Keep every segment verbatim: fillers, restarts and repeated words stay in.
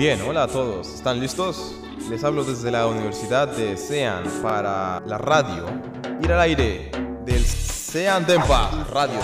Bien, hola a todos. ¿Están listos? Les hablo desde la Universidad de Sean para la radio. Ir al aire del Sean Denpa Radio.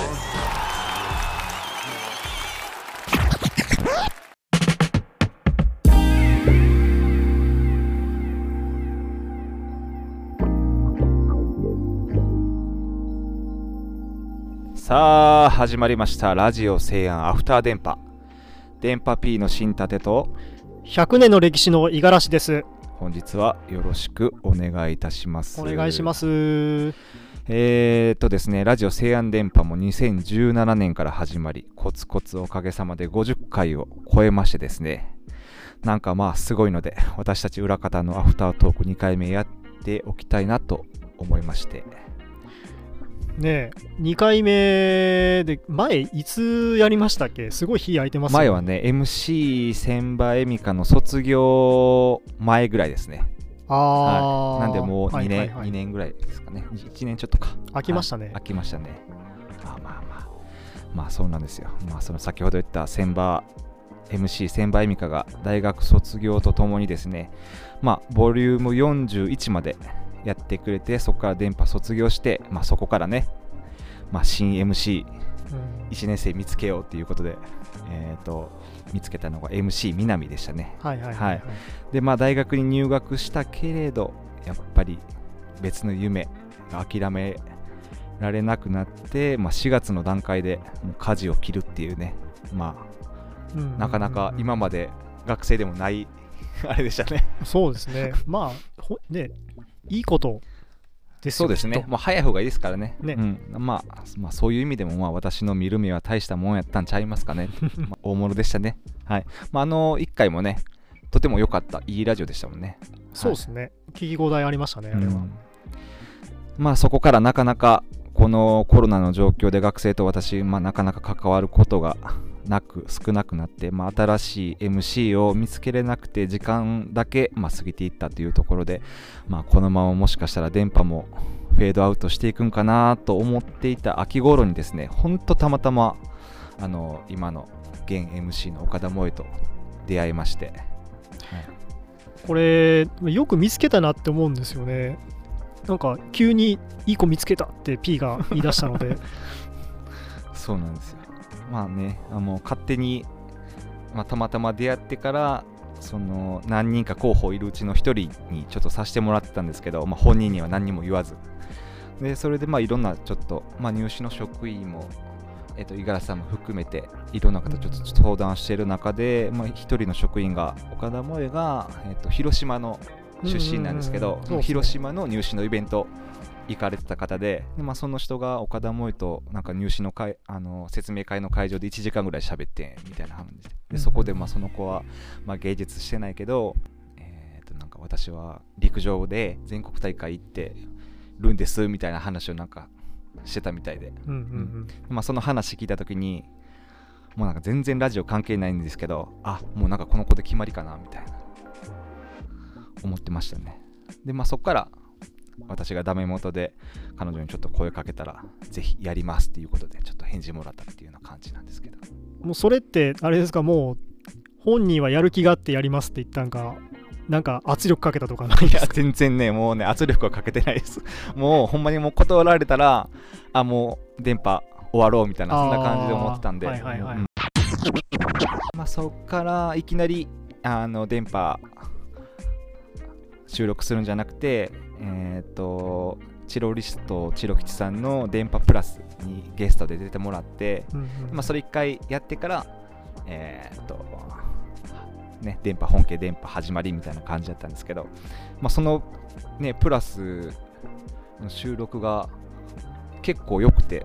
さあ始まりましたラジオ西安アフター電波電波 P の新立とひゃくねんの歴史の五十嵐です。 本日はよろしくお願いいたします。 お願いします。 えーっとですねラジオ西安電波もにせんじゅうななねんから始まりコツコツおかげさまでごじゅっかいを超えましてですね、なんかまあすごいので私たち裏方のアフタートークにかいめやっておきたいなと思いましてねえにかいめで前いつやりましたっけ？すごい日空いてますね。 前はね エムシー 千葉恵美香の卒業前ぐらいですね。 ああ、 はい、なんでもうにねん、はいはいはい、にねんぐらいですかね。いちねんちょっとか空きましたね、はい、 空きましたね。あまあまあまあそうなんですよ。まあその先ほど言った千葉 エムシー 千葉恵美香が大学卒業とともにですね、まあボリュームよんじゅういちまでやってくれて、そこから電波卒業して、まあ、そこからね、まあ、新 エムシーいちねん生見つけようということで、うんえー、と見つけたのが エムシー 南でしたね。 はいはいはいはい、はい、 でまあ大学に入学したけれどやっぱり別の夢が諦められなくなって、まあ、しがつの段階でもう舵を切るっていうね、まあ、うんうんうんうん、なかなか今まで学生でもないあれでしたね。 そうですね。まあほねいいことですよ。 そうですね。まあ、早い方がいいですからね。 ね、 うんまあ、まあそういう意味でもまあ私の見る目は大したもんやったんちゃいますかね。まあ、大物でしたね。はい。まああのいっかいもねとても良かったいいラジオでしたもんね。 そうですね。はい、聞き応えありましたねあれは。うん、 まあそこからなかなかこのコロナの状況で学生と私、まあ、なかなか関わることがなく少なくなって、まあ、新しい エムシー を見つけれなくて時間だけ、まあ、過ぎていったというところで、まあ、このままもしかしたら電波もフェードアウトしていくんかなと思っていた秋頃にですね、ほんとたまたまあの今の現 エムシー の岡田萌と出会いまして、はい、 これよく見つけたなって思うんですよね。なんか急にいい子見つけたって P が言い出したのでそうなんですよ。まあね、あの勝手に、まあ、たまたま出会ってからその何人か候補いるうちの一人にちょっとさせてもらってたんですけど、まあ、本人には何にも言わずで、それでまあいろんなちょっと、まあ、入試の職員も、えっと、五十嵐さんも含めていろんな方ちょっと相談している中で、まあ、一人の職員が岡田萌が、えっと、広島の出身なんですけど、その広島の入試のイベント行かれてた方 で, で、まあ、その人が岡田萌となんか入試の会あの説明会の会場でいちじかんぐらい喋ってみたいな話で、でそこでまあその子は、まあ、芸術してないけど、えー、となんか私は陸上で全国大会行ってるんですみたいな話をなんかしてたみたいで、うんうんうんまあ、その話聞いた時にもうなんか全然ラジオ関係ないんですけど、あもうなんかこの子で決まりかなみたいな思ってましたね。でまあそこから私がダメ元で彼女にちょっと声かけたらぜひやりますっていうことでちょっと返事もらったっていうような感じなんですけど、 もうそれってあれですか、もう本人はやる気があってやりますって言ったんか、なんか圧力かけたとかないですか？いや全然ねもうね圧力はかけてないですもうほんまにもう断られたらあもう電波終わろうみたいなそんな感じで思ってたんで、はいはいはい、うん、まあそっからいきなりあの電波収録するんじゃなくて、えー、とチロリストチロ吉さんの電波プラスにゲストで出てもらって、うんうんまあ、それ一回やってから、えーとね、電波本家電波始まりみたいな感じだったんですけど、まあ、その、ね、プラスの収録が結構良くて、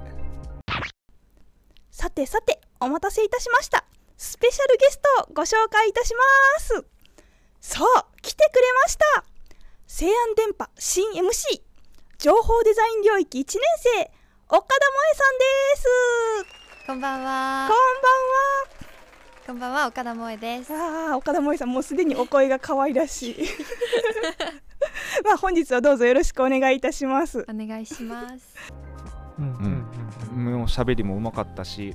さてさてお待たせいたしました。スペシャルゲストをご紹介いたします。さあ来てくれました。西安電波新 エムシー 情報デザイン領域いちねん生岡田萌さんです。 こんばんは。 こんばんは。 こんばんは、岡田萌です。 ああ、岡田萌さんもうすでにお声が可愛らしいまあ本日はどうぞよろしくお願いいたします。 お願いします。 うんうん、もう喋りもうまかったし、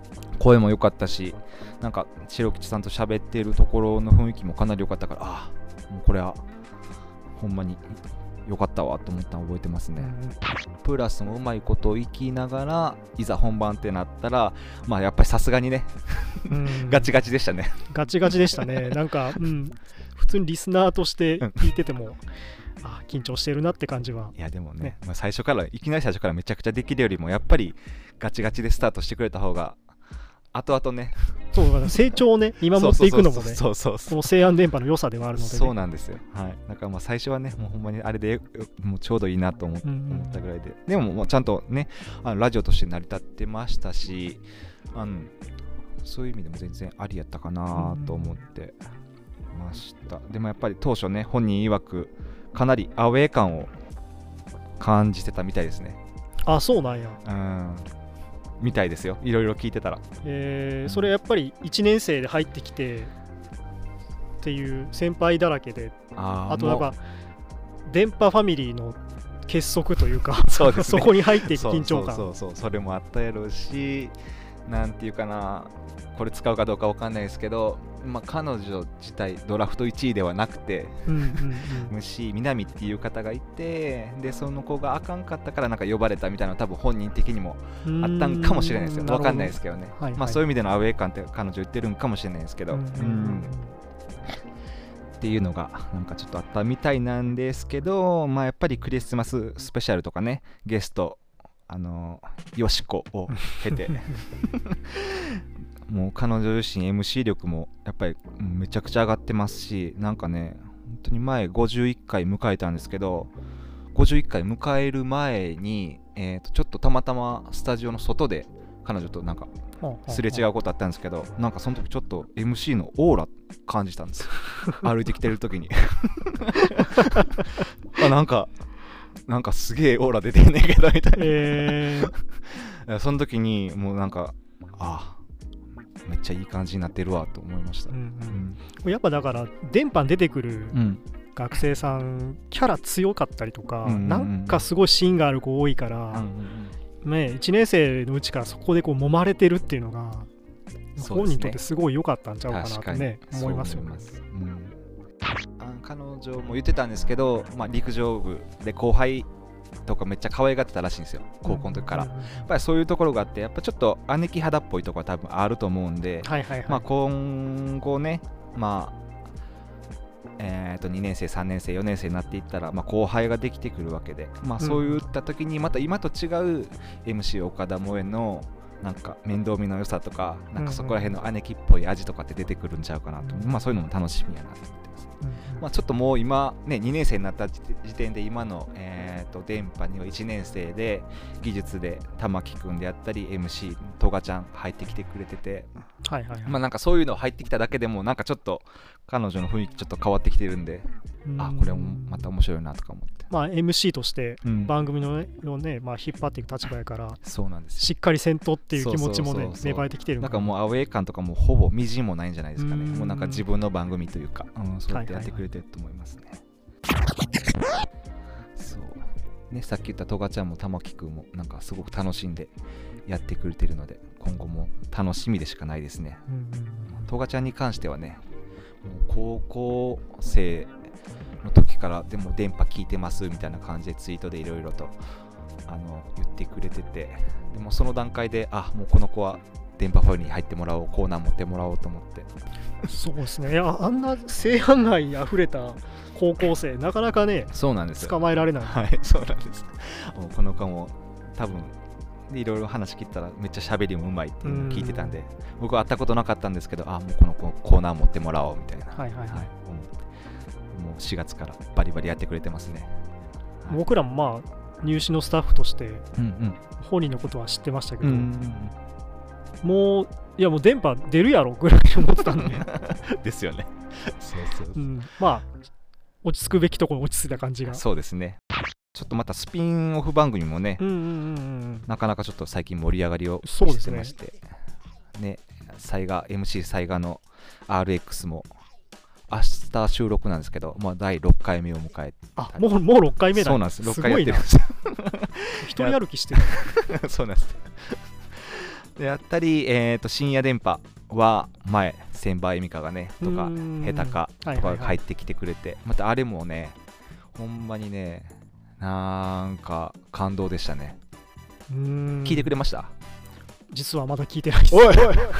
声も良かったし、なんか白吉さんと喋っているところの雰囲気もかなり良かったから、ああもうこれはほんまに良かったわと思ったの覚えてますね、うん、プラスもうまいこといきながらいざ本番ってなったら、まあやっぱりさすがにね、うん、ガチガチでしたね。 ガチガチでしたね。なんか、うん、普通にリスナーとして聞いててもあ緊張してるなって感じは。 いやでも ね, ね、まあ、最初からいきなり最初からめちゃくちゃできるよりもやっぱりガチガチでスタートしてくれた方が後々ね、 そう成長をね見守っていくのもね、 そうそうそう、 この西安電波の良さではあるので、ね、 そうなんですよ。はい。だからまあ最初はね、もうほんまにあれでもうちょうどいいなと 思,、うんうん、思ったぐらいで、でももうちゃんとね、あのラジオとして成り立ってましたし、あのそういう意味でも全然ありやったかなと思ってました。うん、でもやっぱり当初ね、本人曰くかなりアウェー感を感じてたみたいですね。 あ、そうなんや。 うん。みたいですよ、いろいろ聞いてたら。 えー、それやっぱりいちねん生で入ってきてっていう先輩だらけで、 あ, あとなんか電波ファミリーの結束というかそうです、ね、そこに入っていく緊張感、 そうそうそうそう、それもあったやろうし、なんていうかな、これ使うかどうかわかんないですけど、まあ、彼女自体ドラフトいちいではなくて、うんうんうん、虫南っていう方がいて、でその子があかんかったからなんか呼ばれたみたいなの多分本人的にもあったんかもしれないですよ。わかんないですけどね、はいはい、まあ、そういう意味でのアウェー感って彼女言ってるんかもしれないですけど、うんうんうん、っていうのがなんかちょっとあったみたいなんですけど、まあ、やっぱりクリスマススペシャルとかね、ゲストあのよしこを経てもう彼女自身 エムシー 力もやっぱりめちゃくちゃ上がってますし、なんかね本当に前ごじゅういっかい迎えたんですけど、ごじゅういっかい迎える前に、えー、とちょっとたまたまスタジオの外で彼女となんかすれ違うことあったんですけど、なんかその時ちょっと エムシー のオーラ感じたんですよ歩いてきてる時にあ、なんかなんかすげえオーラ出てんねんけどみたいな、えー、その時にもうなんかあめっちゃいい感じになってるわと思いました、うんうん、やっぱだから電波に出てくる学生さんキャラ強かったりとか、うんうんうん、なんかすごい芯がある子多いから、うんうん、ね、いちねん生のうちからそこでこう揉まれてるっていうのが、ね、本人にとってすごい良かったんちゃうかなとね思いますよね。うん、 あ彼女も言ってたんですけど、まあ、陸上部で後輩とかめっちゃ可愛がってたらしいんですよ、高校の時から、うんうんうん、やっぱりそういうところがあって、やっぱちょっと姉貴肌っぽいところは多分あると思うんで、はいはいはい、まあ、今後ね、まあえー、とにねん生さんねん生よねん生になっていったら、まあ、後輩ができてくるわけで、まあ、そういった時にまた今と違う エムシー 岡田萌えのなんか面倒見の良さとか、なんかそこら辺の姉貴っぽい味とかって出てくるんちゃうかなと、うんうん、まあ、そういうのも楽しみやなと思ってます、うんうん、まあ、ちょっともう今ねにねん生になった時点で今の、えー、と電波にはいちねん生で技術で玉木くんであったり エムシー トガちゃん入ってきてくれてて、はいはいはい、まあ、なんかそういうの入ってきただけでもなんかちょっと彼女の雰囲気ちょっと変わってきてるんで、あこれもまた面白いなとか思って、 まあ、エムシー として番組の、ね、まあ、引っ張っていく立場やから、 そうなんです、 しっかりせんとっていう気持ちもね芽生えてきてる。 なんかもうアウェー感とかもほぼみじんもないんじゃないですかね。もうなんか自分の番組というか、うん、そうやってやってくれてると思いますね、はいはいはい、そうね、さっき言ったトガちゃんも玉木くんもなんかすごく楽しんでやってくれてるので、今後も楽しみでしかないですね。トガちゃんに関してはね、もう高校生の時からでも電波聞いてますみたいな感じでツイートでいろいろとあの言ってくれてて、でもその段階であもうこの子は電波ファイルに入ってもらおう、コーナー持ってもらおうと思って。 そうですね、いやあんな正反愛にあふれた高校生なかなかね、 そうなんですよ、 捕まえられない。 はい、そうなんです。もうこの子も多分いろいろ話聞いたらめっちゃ喋りもうまいっていうのを聞いてたんで、僕は会ったことなかったんですけど、あもうこの子コーナー持ってもらおうみたいな、はいはいはい、はい、もうしがつからバリバリやってくれてますね、 はい、僕らもまあ入試のスタッフとして本人のことは知ってましたけど、うんうん、もういやもう電波出るやろぐらいに思ってたんでですよねそうそうそう、うん、 まあ落ち着くべきところに落ち着いた感じが。 そうですね。ちょっとまたスピンオフ番組もね、うんうんうんうん、なかなかちょっと最近盛り上がりをしてまして、ね、サイガ エムシー サイガの アールエックス も明日収録なんですけど、まあ、だいろっかいめを迎えあもうもうろっかいめだ。 そうなんです、ろっかいやってるんです一人歩きしてるそうなんですであったり、えー、と深夜電波は前千葉恵美香がねとか下手かとか入ってきてくれて、またあれもねほんまにねなんか感動でしたね。 うーん聞いてくれました？ 実はまだ聞いてないです。 おいおい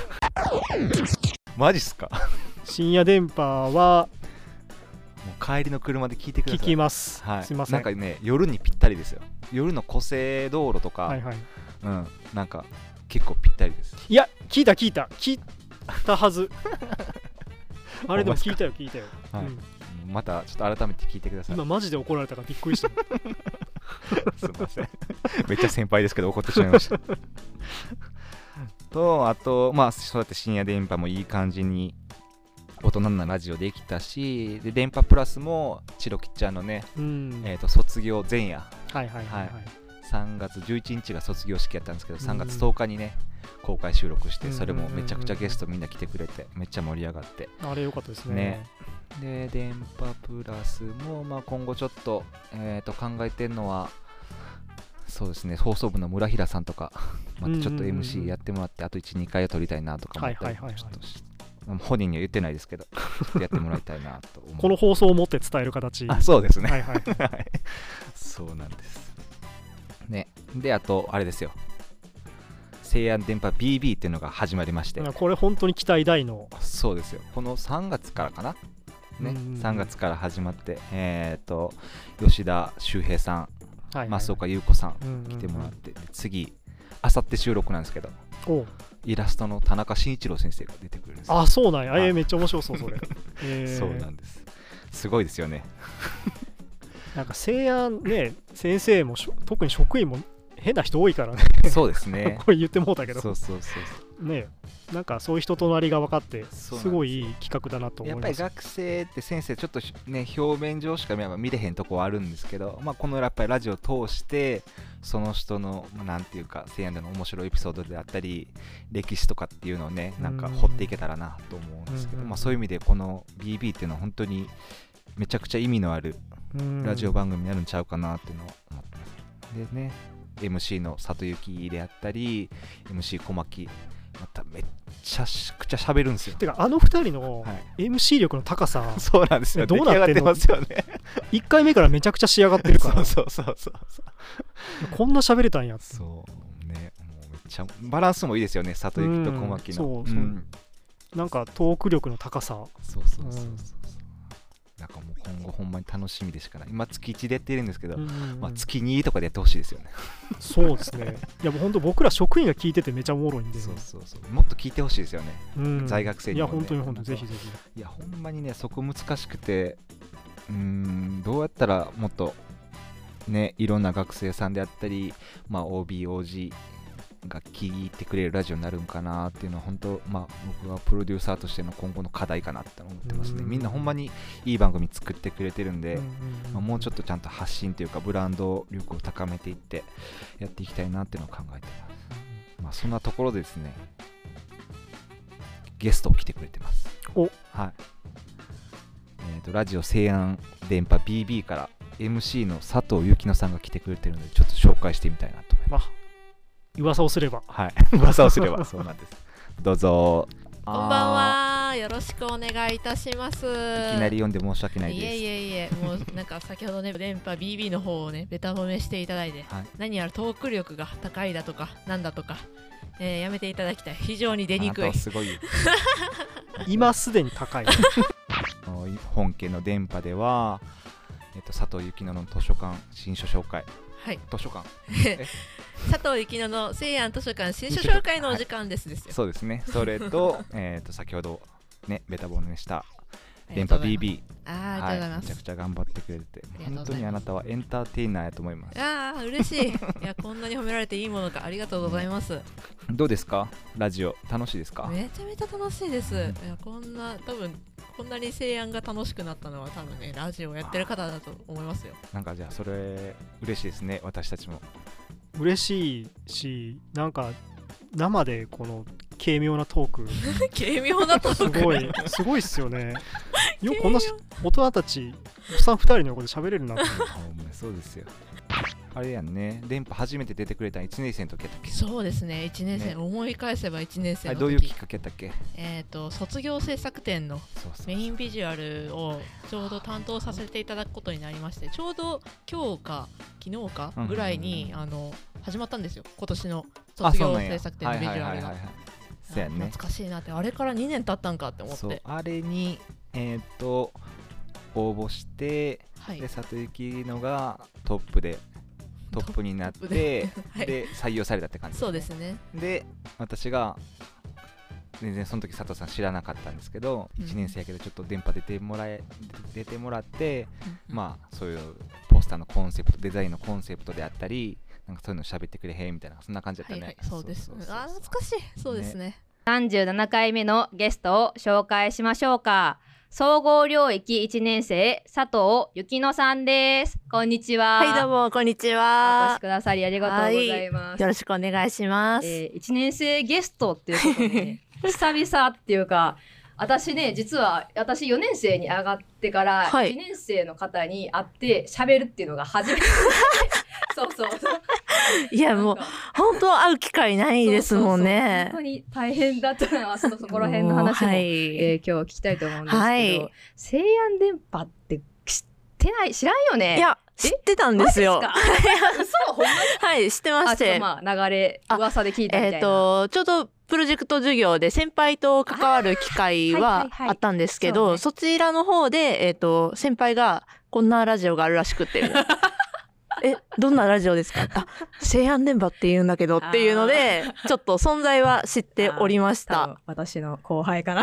マジっすか？ 深夜電波はもう帰りの車で聞いてください。 聞きます、 はい、 すいません。 なんかね夜にぴったりですよ。夜の湖西道路とか、 はいはい、 うん、なんか結構ぴったりです。 いや聞いた聞いた聞いたはずあれでも聞いたよ聞いたよ、 はい、 うん、 またちょっと改めて聞いてください。 今マジで怒られたからびっくりしたすみませんめっちゃ先輩ですけど怒ってしまいましたとあとまあそうやって深夜電波もいい感じに大人なラジオできたし、で電波プラスもチロキちゃんのね、うん、えー、と卒業前夜、 はいはいはい、はい、 さんがつじゅういちにちが卒業式やったんですけど、さんがつとおかにね公開収録して、それもめちゃくちゃゲストみんな来てくれてめっちゃ盛り上がって、 あれ良かったですね。 ねで電波プラスも、まあ、今後ちょっと、えー、と考えてるのはそうですね、放送部の村平さんとかまたちょっと エムシー やってもらって、あと いち,に 回を取りたいなとか思ったり、本人には言ってないですけどやってもらいたいなと思う。 この放送をもって伝える形。 あ、そうですね、 はいはいそうなんですね。であとあれですよ、西安電波 ビービー っていうのが始まりまして、 これ本当に期待大の。 そうですよ、このさんがつからかなね、さんがつから始まって、えー、と吉田修平さん、はいはいはい、増岡優子さん来てもらって、うんうんうん、次あさって収録なんですけど、イラストの田中慎一郎先生が出てくるんですよ。 あ、そうなんや、えー、めっちゃ面白そうそれ、 えー、そうなんです、すごいですよねなんか西安ね、先生も特に職員も変な人多いからねそうですねこれ言ってもうたけど、 そうそうそうそうね、なんかそういう人となりが分かってすごいいい企画だなと思います。 やっぱり学生って先生ちょっとね表面上しか見れば見れへんとこはあるんですけど、まあ、このやっぱりラジオを通してその人のなんていうか西安での面白いエピソードであったり歴史とかっていうのをねなんか掘っていけたらなと思うんですけど、まあ、そういう意味でこの ビービー っていうのは本当にめちゃくちゃ意味のあるラジオ番組になるんちゃうかなっていうのを思ってます。でね、エムシー の里幸であったり エムシー 小牧まためっちゃくちゃ喋るんですよ。 てかあのふたりの エムシー 力の高さ、はい、 そうなんですよ、 どうなってんのますよねいっかいめからめちゃくちゃ仕上がってるからそうそうそうそうこんな喋れたんやって。 そうね、もうめっちゃバランスもいいですよね、里幸と小牧の。 そうそう、うん、なんかトーク力の高さ。 そうそうそうそう、うん、なんかもう今後ほんまに楽しみでしかない。今月いちでやってるんですけど、うんうんうん、まあ、月にとかでやってほしいですよねそうですねいやもう本当僕ら職員が聞いててめちゃおもろいんで、 そうそうそう、もっと聞いてほしいですよね、うん、在学生にも、ね、 いや本当に本当にぜひぜひ。 いやほんまにねそこ難しくて、うーんどうやったらもっとねいろんな学生さんであったり、まあ、オービーオージーが聞いてくれるラジオになるんかなっていうのは本当、まあ、僕はプロデューサーとしての今後の課題かなって思ってますね。みんなほんまにいい番組作ってくれてるんで、うんうんうん、まあ、もうちょっとちゃんと発信というかブランド力を高めていってやっていきたいなっていうのを考えてます、まあ、そんなところでですねゲスト来てくれてます。 お、 はい、えーとラジオ西安電波 ビービー から エムシー の佐藤幸乃さんが来てくれてるのでちょっと紹介してみたいなと思います。 あ、噂をすれば、 はい噂をすればそうなんです。どうぞ。 こんばんは、よろしくお願いいたします。いきなり読んで申し訳ないです。 いえいえいえ、もうなんか先ほどね電波 ビービー の方をねベタ褒めしていただいて、はい、何やらトーク力が高いだとかなんだとか、えー、やめていただきたい。非常に出にくい。 すごい今すでに高い本家の電波では、えっと、佐藤幸乃の図書館新書紹介、 はい、 図書館佐藤幸乃の西安図書館新書紹介のお時間ですですよ、はい、 そうですね。それとえと先ほどねベタボネした電波 ビービー、 ああ、ありがとうございます。 めちゃくちゃ頑張ってくれて本当にあなたはエンターテイナーやと思います。 ああ嬉しいいやこんなに褒められていいものか、ありがとうございます、ね、 どうですかラジオ楽しいですか？ めちゃめちゃ楽しいです、うん、いやこんな多分こんなに西安が楽しくなったのは多分ねラジオやってる方だと思いますよ。 なんかじゃあそれ嬉しいですね。私たちも嬉しいし、なんか生でこの軽妙なトーク軽妙なトークすごいすごいっすよね。よくこんな大人たちおっさんふたりの横で喋れるなってそうですよ。 あれやんね、電波初めて出てくれたいちねん生の時やったっけ。 そうですね、いちねん生、ね、思い返せばいちねん生の時。 どういうきっかけやったっけ。 えっ、ー、と卒業制作展のメインビジュアルをちょうど担当させていただくことになりまして、ちょうど今日か昨日かぐらいに、うん、あの始まったんですよ、今年の卒業制作展のビジュアルが。 そうやね、 懐かしいなって、あれからにねん経ったんかって思って。 そうあれにえっ、ー、と応募して、はい、で里幸のがトップでトップになってで、はい、で採用されたって感じです、ね、 そうですね。 で私が全然その時佐藤さん知らなかったんですけど、うん、いちねん生やけどちょっと電波出てもらえ出てもらって、うん、まあそういうポスターのコンセプト、デザインのコンセプトであったり、なんかそういうの喋ってくれへんみたいな、そんな感じだったね。 はいはい、そうです。あ、懐かしい。そうですね。ね、 さんじゅうななかいめのゲストを紹介しましょうか。総合領域いちねん生佐藤幸乃さんです。こんにちは。 はい、どうもこんにちは。 お越しくださりありがとうございます。 よろしくお願いします。 えー、いちねん生ゲストっていうことで、ね、久々っていうか、私ね、実は私よねん生に上がってからいちねん生の方に会って喋るっていうのが初めて。そうそうそう。 いやもう本当会う機会ないですもんね。 そうそうそう、本当に大変だったのはそこら辺の話も、はい、えー、今日は聞きたいと思うんですけど、はい、西安電波って知ってない、知らんよね。 いや知ってたんですよ。 そう、ほんまに。 はい、知ってまして。 まあ流れ噂で聞いたみたいな。 えっとちょうどプロジェクト授業で先輩と関わる機会はあったんですけど、はいはいはい、 そ, ね、そちらの方で、えー、と先輩がこんなラジオがあるらしくてえ、どんなラジオですか。あ、西安電波って言うんだけどっていうのでちょっと存在は知っておりました。 私の後輩かな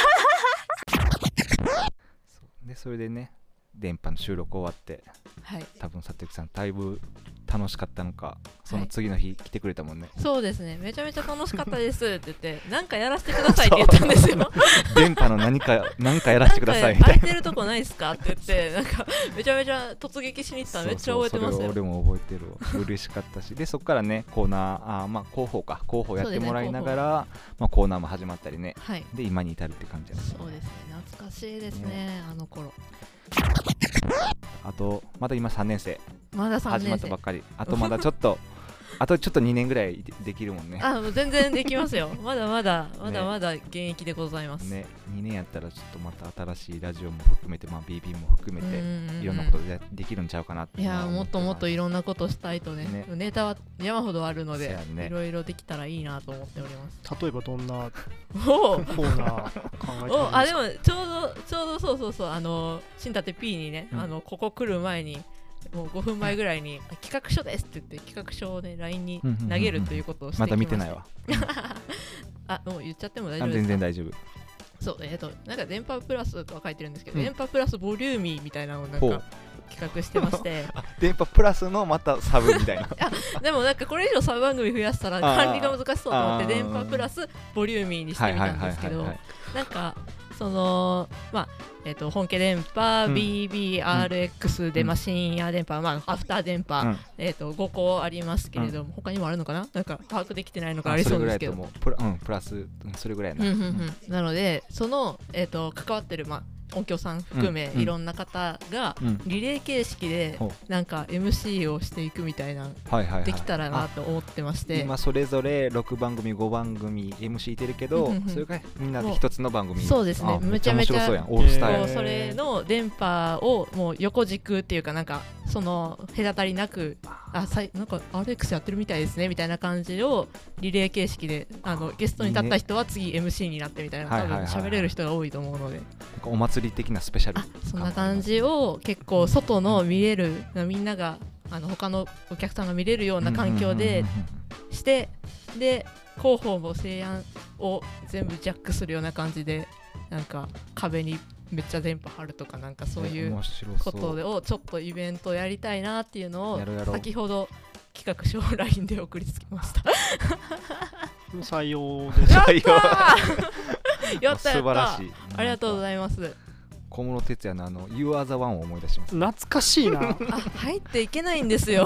でそれでね、電波の収録終わって、はい、多分里幸さんだいぶ楽しかったのか、その次の日来てくれたもんね。 はい、そうですね、めちゃめちゃ楽しかったですって言ってなんかやらせてくださいって言ったんですよ。 電波の何か何かやらせてくださいみたいな。 空いてるとこないっすかって言ってなんかめちゃめちゃ突撃しに行ったのめっちゃ覚えてますよ。 そうそう、それ俺も覚えてるわ。嬉しかったし、でそっからねコーナー、あまあ広報か広報やってもらいながら、ね、まあコーナーも始まったりね。はい、で今に至るって感じなんですね。 そうですね、懐かしいですね、ね、あの頃。 あとまだ今さんねん生、 まださんねん生始まったばっかり。あとまだちょっとあとちょっとにねんぐらいできるもんね。 あ、もう全然できますよ。まだまだまだまだ現役でございますね。にねんやったらちょっとまた新しいラジオも含めて、まあ ビービー も含めていろんなことでできるんちゃうかなって。 いやもっともっといろんなことしたいと ね, ねネタは山ほどあるので、ね、いろいろできたらいいなと思っております。 例えばどんなコーナー考えてるんですか。 あ、でもちょうどちょうどそうそうそう、あの新立 P にね、うん、あのここ来る前にもうごふんまえぐらいに企画書ですって言って企画書をね ライン に投げるということをしてきました。 まだ見てないわ。 あ、もう言っちゃっても大丈夫ですか。 全然大丈夫。 そう、えっとなんか電波プラスとは書いてるんですけど、うん、電波プラスボリューミーみたいなのをなんか企画してまして電波プラスのまたサブみたいな。 でもなんかこれ以上サブ番組増やしたら管理が難しそうと思って電波プラスボリューミーにしてみたんですけど、なんかそのまあえー、と本家電波、うん、ビービーアールエックス で、うん、まあ、深夜電波、まあ、アフター電波、うん、えー、とごこありますけれども、うん、他にもあるのかな、なんか把握できてないのがありそうですけど、 プラ、うん、プラスそれぐらいな、 うんうんうん、なのでその、えー、と関わってる、まあ音響さん含め、うん、いろんな方がリレー形式でなんか エムシー をしていくみたいな、はいはいはい、できたらなと思ってまして、 今それぞれろくばんぐみごばんぐみ エムシー いてるけど、うんうんうん、それがみんなで一つの番組。 そうですね、めちゃめちゃオールスター、それの電波をもう横軸っていうかなんかその隔たりなく、あさいなんか アールエックス やってるみたいですねみたいな感じをリレー形式で、あのゲストに立った人は次 エムシー になってみたいな、多分喋れる人が多いと思うので、 お祭り的なスペシャル、 そんな感じを結構外の見れる、みんながあの他のお客さんが見れるような環境でして、で広報も西安を全部ジャックするような感じで、なんか壁にめっちゃ電波張るとか、なんかそういうことをちょっとイベントやりたいなっていうのを先ほど企画書を ライン で送りつけました。 採用です。 やったーやったやった、ありがとうございます。 小室哲哉のあの You Are the One を思い出します。 懐かしいな。あ、 入っていけないんですよ。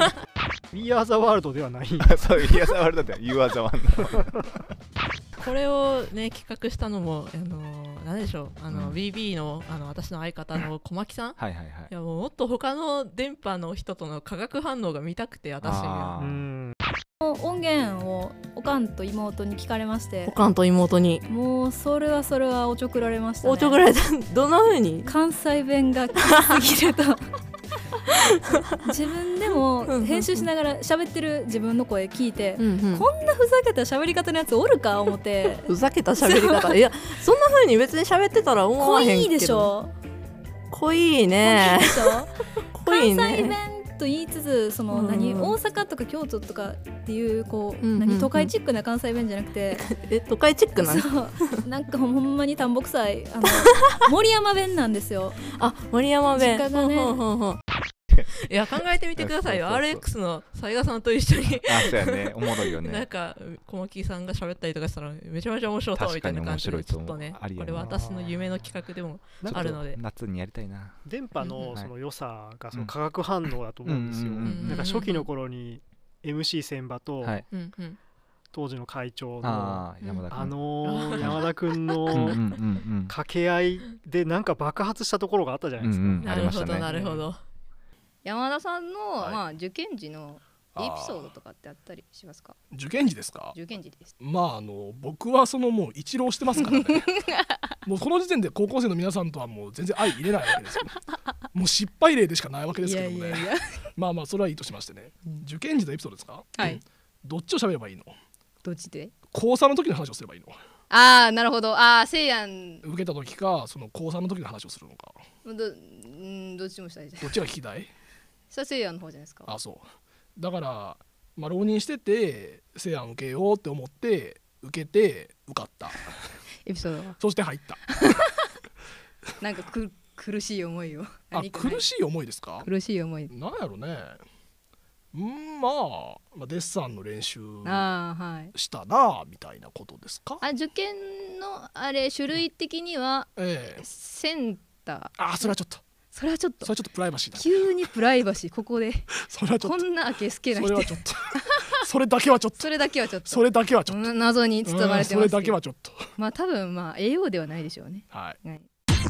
We Are the World ではない。 そう、We Are the World では You Are the One。 これをね企画したのも、あのー、 なんでしょうあの、うん、ビービー の, あの私の相方の小牧さんはいはいはい、 いやもうもっと他の電波の人との化学反応が見たくて私が音源をおかんと妹に聞かれまして、 おかんと妹にもうそれはそれはおちょくられましたね。 おちょくられたどんな風に関西弁がきつすぎると自分でも編集しながら喋ってる自分の声聞いて、うんうん、こんなふざけた喋り方のやつおるか思ってふざけた喋り方いやそんな風に別に喋ってたら思わへんけど濃いでしょ濃いね濃いでしょ濃いね関西弁と言いつつその、うん、何大阪とか京都とかっていうこう、うんうんうん、何都会チックな関西弁じゃなくてえ都会チックなそうなんかほんまに田んぼ臭いあの森山弁なんですよ。 あ森山弁実家がねほんほんほんいや考えてみてくださいよアールエックス の雑賀さんと一緒にあそうやねおもろいよねなんか小牧さんが喋ったりとかしたらめちゃめちゃ面白そうみたいな感じでちょっとねこれは私の夢の企画でもあるので夏にやりたいな。 電波のその良さがその化学反応だと思うんですよ。なんか初期の頃に エムシー 千葉と、はい、当時の会長のあ, 山田あの山田くんの掛け合いでなんか爆発したところがあったじゃないですか。うんうん、 なるほどなるほど。 山田さんの、はいまあ、受験時のエピソードとかってあったりしますか？ 受験時ですか？ 受験時です。 まああの僕はそのもう一浪してますからねもうこの時点で高校生の皆さんとはもう全然相入れないわけですよもう失敗例でしかないわけですけどもね。いやいやいやまあまあそれはいいとしましてね、うん、受験時のエピソードですか？ はい。 どっちを喋ればいいの？ どっちで？ 高さんの時の話をすればいいの？ ああなるほど。ああせいやん受けた時かその高さんの時の話をするのか。 ど, んどっちもしたいじゃん。 どっちが聞きたい？ それはせいやんの方じゃないですか。 あそうだからまあ浪人しててせいやん受けようって思って受けて受かったエピソードはそして入ったなんかく苦しい思いをあ苦しい思いですか？ 苦しい思いなんやろねん、まあ、まあデッサンの練習したなみたいなことですか？ あ受験のあれ種類的には、ええ、センターあそれはちょっとそれはちょっとそれはちょっとプライバシーだ、ね、 急にプライバシーここでそれはちょっとこんなあけすけな人それはちょっとそれだけはちょっとそれだけはちょっとそれだけはちょっと謎に包まれてますけど、 それだけはちょっとまあ多分まあ栄養ではないでしょうね。 はい、はい、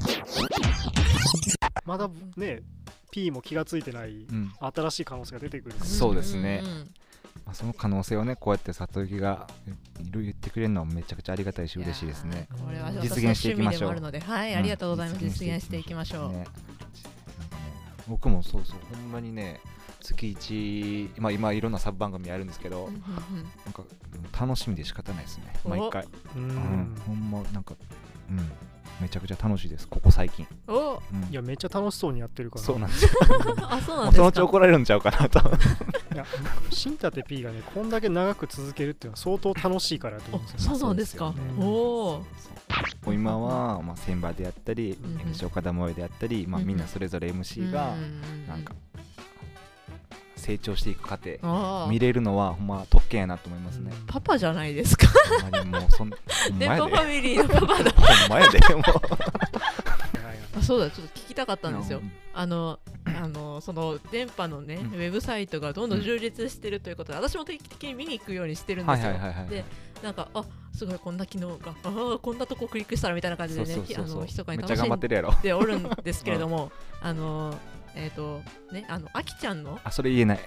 まだね P も気がついてない、うん、新しい可能性が出てくる、 そうですね、うんうんまあ、その可能性をねこうやって里行がいろいろ言ってくれるのはめちゃくちゃありがたいし嬉しいですね。 これは実現していきましょう。はい、ありがとうございます。実現していきましょう。ね、 僕もそうそうほんまにね月いち、まあ、今いろんなサブ番組あるんですけど、うんうんうん、なんか楽しみで仕方ないですね毎回。うん、うん、ほんまなんかうんめちゃくちゃ楽しいですここ最近。 お、うん、いやめっちゃ楽しそうにやってるから。 そうなんですよあそうなんですか。 そのうち怒られるんちゃうかなといや新立 P がねこんだけ長く続けるっていうのは相当楽しいからと思うんですよ。そうなんですか。おお今は、まあ、千葉であったり、うん、エムシー 岡田萌であったり、まあ、みんなそれぞれ エムシー がなんか成長していく過程見れるのはほんま特権やなと思いますね。 パパじゃないですか。 ほんまにもうそん電波ファミリーのパパだ。 ほんまやでもうあそうだちょっと聞きたかったんですよ。あのあのその電波のね、うん、ウェブサイトがどんどん充実してるということで、うん、私も定期的に見に行くようにしてるんですよ。でなんかあすごいこんな機能があこんなとこクリックしたらみたいな感じでねひそかに楽しんでおるんですけれどもあのえっ、ー、とねあのあきちゃんのあそれ言えない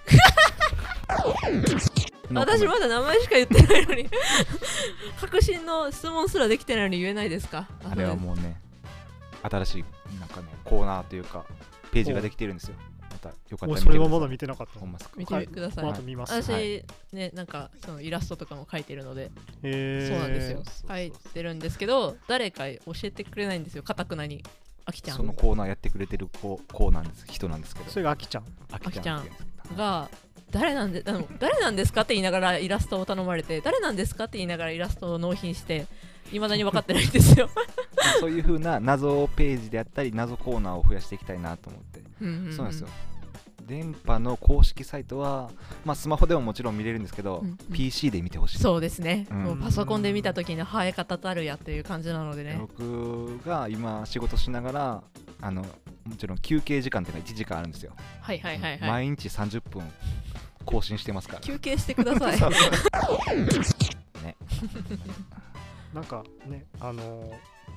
私まだ名前しか言ってないのに確信の質問すらできてないのに言えないですか？ あれはもうね新しいなんかねコーナーというかページができてるんですよ。またよかったら見てください。 それはまだ見てなかった。 見てください。 はい、見ます。 私、はい、ねなんかそのイラストとかも描いてるので、そうなんですよ。描いてるんですけど誰か教えてくれないんですよ。堅くなにあきちゃん。 そのコーナーやってくれてる子子なんです人なんですけど。 それがあきちゃん。 あきちゃんが誰なんで誰なんですかって言いながらイラストを頼まれて誰なんですかって言いながらイラストを納品して未だに分かってないんですよ。 そういう風な謎ページであったり謎コーナーを増やしていきたいなと思って、うんうんうん、そうなんですよ。電波の公式サイトは、まあ、スマホでももちろん見れるんですけど、うんうん、ピーシー で見てほしい。 そうですね、うん、もうパソコンで見た時の生え方たるやっていう感じなのでね。 僕が今仕事しながらあのもちろん休憩時間っていうのがいちじかんあるんですよ。 はいはいはいはい。 毎日さんじゅっぷん更新してますから休憩してくださいねなんかねあのー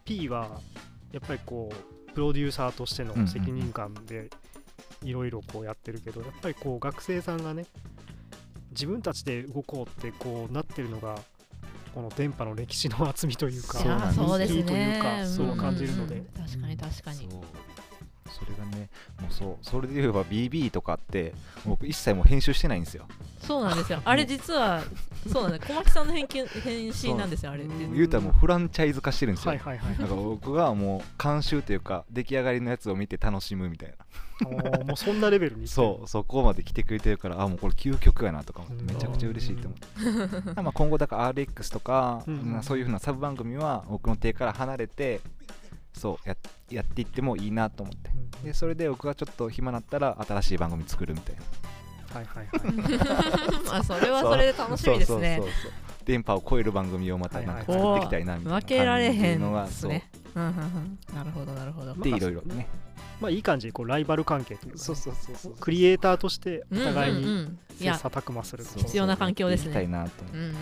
P はやっぱりこうプロデューサーとしての責任感でいろいろこうやってるけど、やっぱりこう学生さんがね自分たちで動こうってこうなってるのがこの電波の歴史の厚みというか、 そうですね、 というかそう感じるので、 うんうん、確かに確かに。 そうそれがね、もうそうそれで言えば ビービー とかって僕一切もう編集してないんですよ。 そうなんですよ。あれ実はそうなんです。小牧さんの編集編集なんですよあれ。 言うたらもうフランチャイズ化してるんですよ。 はいはいはい。 なんか僕がもう監修というか出来上がりのやつを見て楽しむみたいな。 おもうそんなレベルに。 そうそこまで来てくれてるから、あもうこれ究極やなとか思ってめちゃくちゃ嬉しいと思って。まあ今後だから アールエックス とか、うん、そういう風なサブ番組は僕の手から離れて。そう や, やっていってもいいなと思って、うん、でそれで僕がちょっと暇になったら新しい番組作るみたいな。 はいはいはいまあそれはそれで楽しみですね。 そうそうそうそう電波を超える番組をまたなんか作っていきたいなみたいな。 負けられへんのがそう、 うんうんうん、なるほどなるほど。 でいろいろね、 まあいい感じにこうライバル関係というか、ね、 そうそうそうそうクリエイターとしてお互いに切磋琢磨する、 必要な環境ですね。 いきたいなと思って、うんうんうんうん、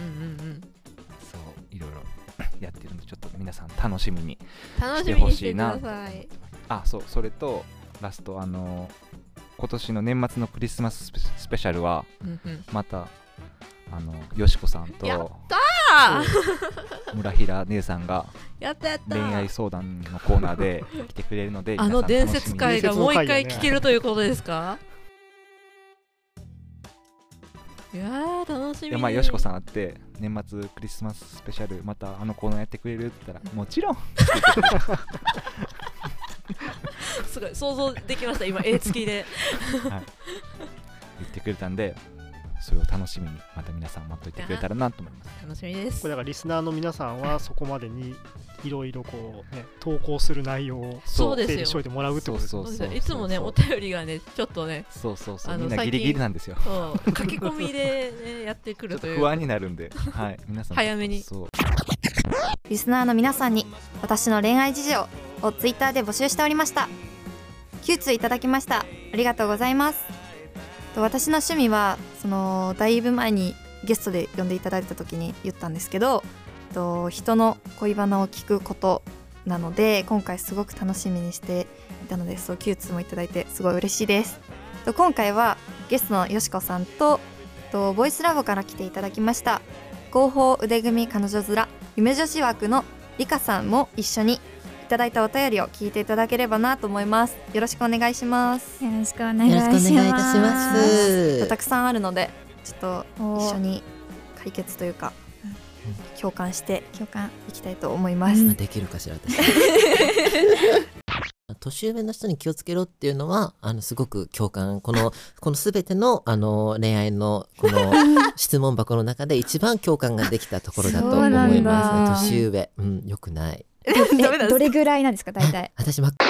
そういろいろやってるんでちょっと皆さん楽しみにしてほしいな。 楽しみにしてください。 あ、そうそれとラストあの今年の年末のクリスマススペシャルは、うんうん、またあのよしこさんとやったー村平姉さんがやったやった恋愛相談のコーナーで来てくれるのであの伝説会がもう一回聞けるということですか？いやー楽しみ。 いやまあよしこさんあって年末クリスマススペシャルまたあのコーナーやってくれるって言ったらもちろんすごい想像できました今絵付きで、はい、 言ってくれたんでそれを楽しみにまた皆さん待っといてくれたらなと思います。 楽しみです。 これだからリスナーの皆さんはそこまでにいろいろこうね投稿する内容を整理しといてもらうってことです。 そうですよ。いつもねお便りがねちょっとねそうそうそうみんなギリギリなんですよ。 そう書き込みで、ね、やってくるという不安になるんで、はい、皆さん早めにそうリスナーの皆さんに私の恋愛事情をツイッターで募集しておりました。きゅう通いただきました。ありがとうございます。私の趣味はそのだいぶ前にゲストで呼んでいただいた時に言ったんですけど、と人の恋バナを聞くことなので今回すごく楽しみにしていたので、そうきゅう通もいただいてすごい嬉しいです。と今回はゲストのよしこさんととボイスラボから来ていただきました広報腕組み彼女面夢女子枠のりかさんも一緒にいただいたお便りを聞いていただければなと思います。よろしくお願いします。 よろしくお願いします。 よろしくお願いいたします。 たくさんあるのでちょっと一緒に解決というか、うん、共感して共感いきたいと思います、 うん、できるかしら私年上の人に気をつけろっていうのはあのすごく共感、このこの全てのあの恋愛のこの質問箱の中で一番共感ができたところだと思いますね。年上、うん、よくないどれぐらいなんですか大体？ 私ま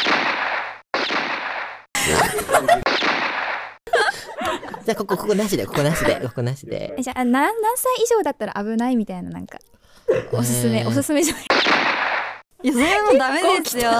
じゃあここここなしでここなしでここなしでじゃあ何歳以上だったら危ないみたいななんかおすすめ、えー、おすすめじゃないいやそれもダメですよ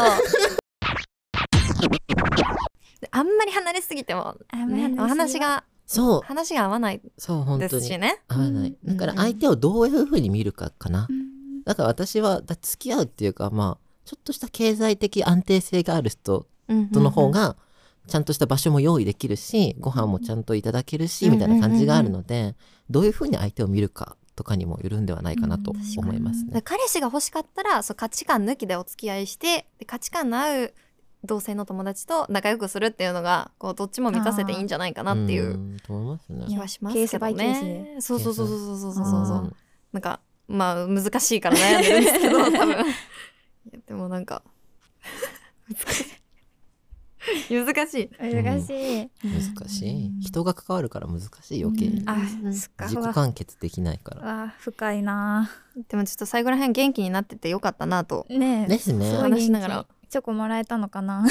あんまり離れすぎても、ね、お話がそう話が合わないですしね。 合わない。だから相手をどういうふうに見るかかな。うん、だから私はだ付き合うっていうかまあちょっとした経済的安定性がある人との方がちゃんとした場所も用意できるし、ご飯もちゃんといただけるしみたいな感じがあるので、どういうふうに相手を見るかとかにもよるんではないかなと思いますね。 彼氏が欲しかったらそう価値観抜きでお付き合いしてで価値観の合う同性の友達と仲良くするっていうのがこうどっちも満たせていいんじゃないかなっていう気はしますけどね。そうそうそうそうそうそうそうそうなんかまあ難しいから悩んでるんですけど多分いやでもなんか難しい難しい難しい難しい人が関わるから難しい余計に、うん、あ自己完結できないからあ深いな。 でもちょっと最後ら辺元気になっててよかったなとねえですね話しながらチョコもらえたのかな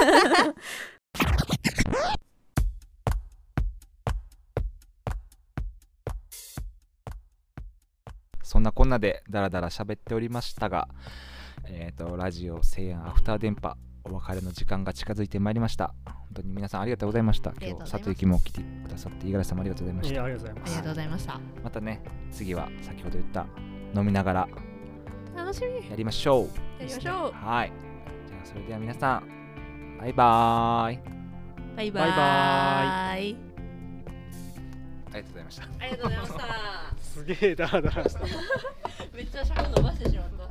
そんなこんなでダラダラ喋っておりましたが、えーとラジオ西安アフター電波お別れの時間が近づいてまいりました。本当に皆さんありがとうございました。今日里行も来てくださって五十嵐さんもありがとうございました。 ありがとうございます。 ありがとうございました。 またね次は先ほど言った飲みながら楽しみ。 やりましょう。 やりましょう。 はい。じゃあそれでは皆さん、バイバーイ。 バイバーイ。 バイバーイ。ありがとうございました。 ありがとうございました。 すげえダラダラした。 めっちゃ尺伸ばしてしまった。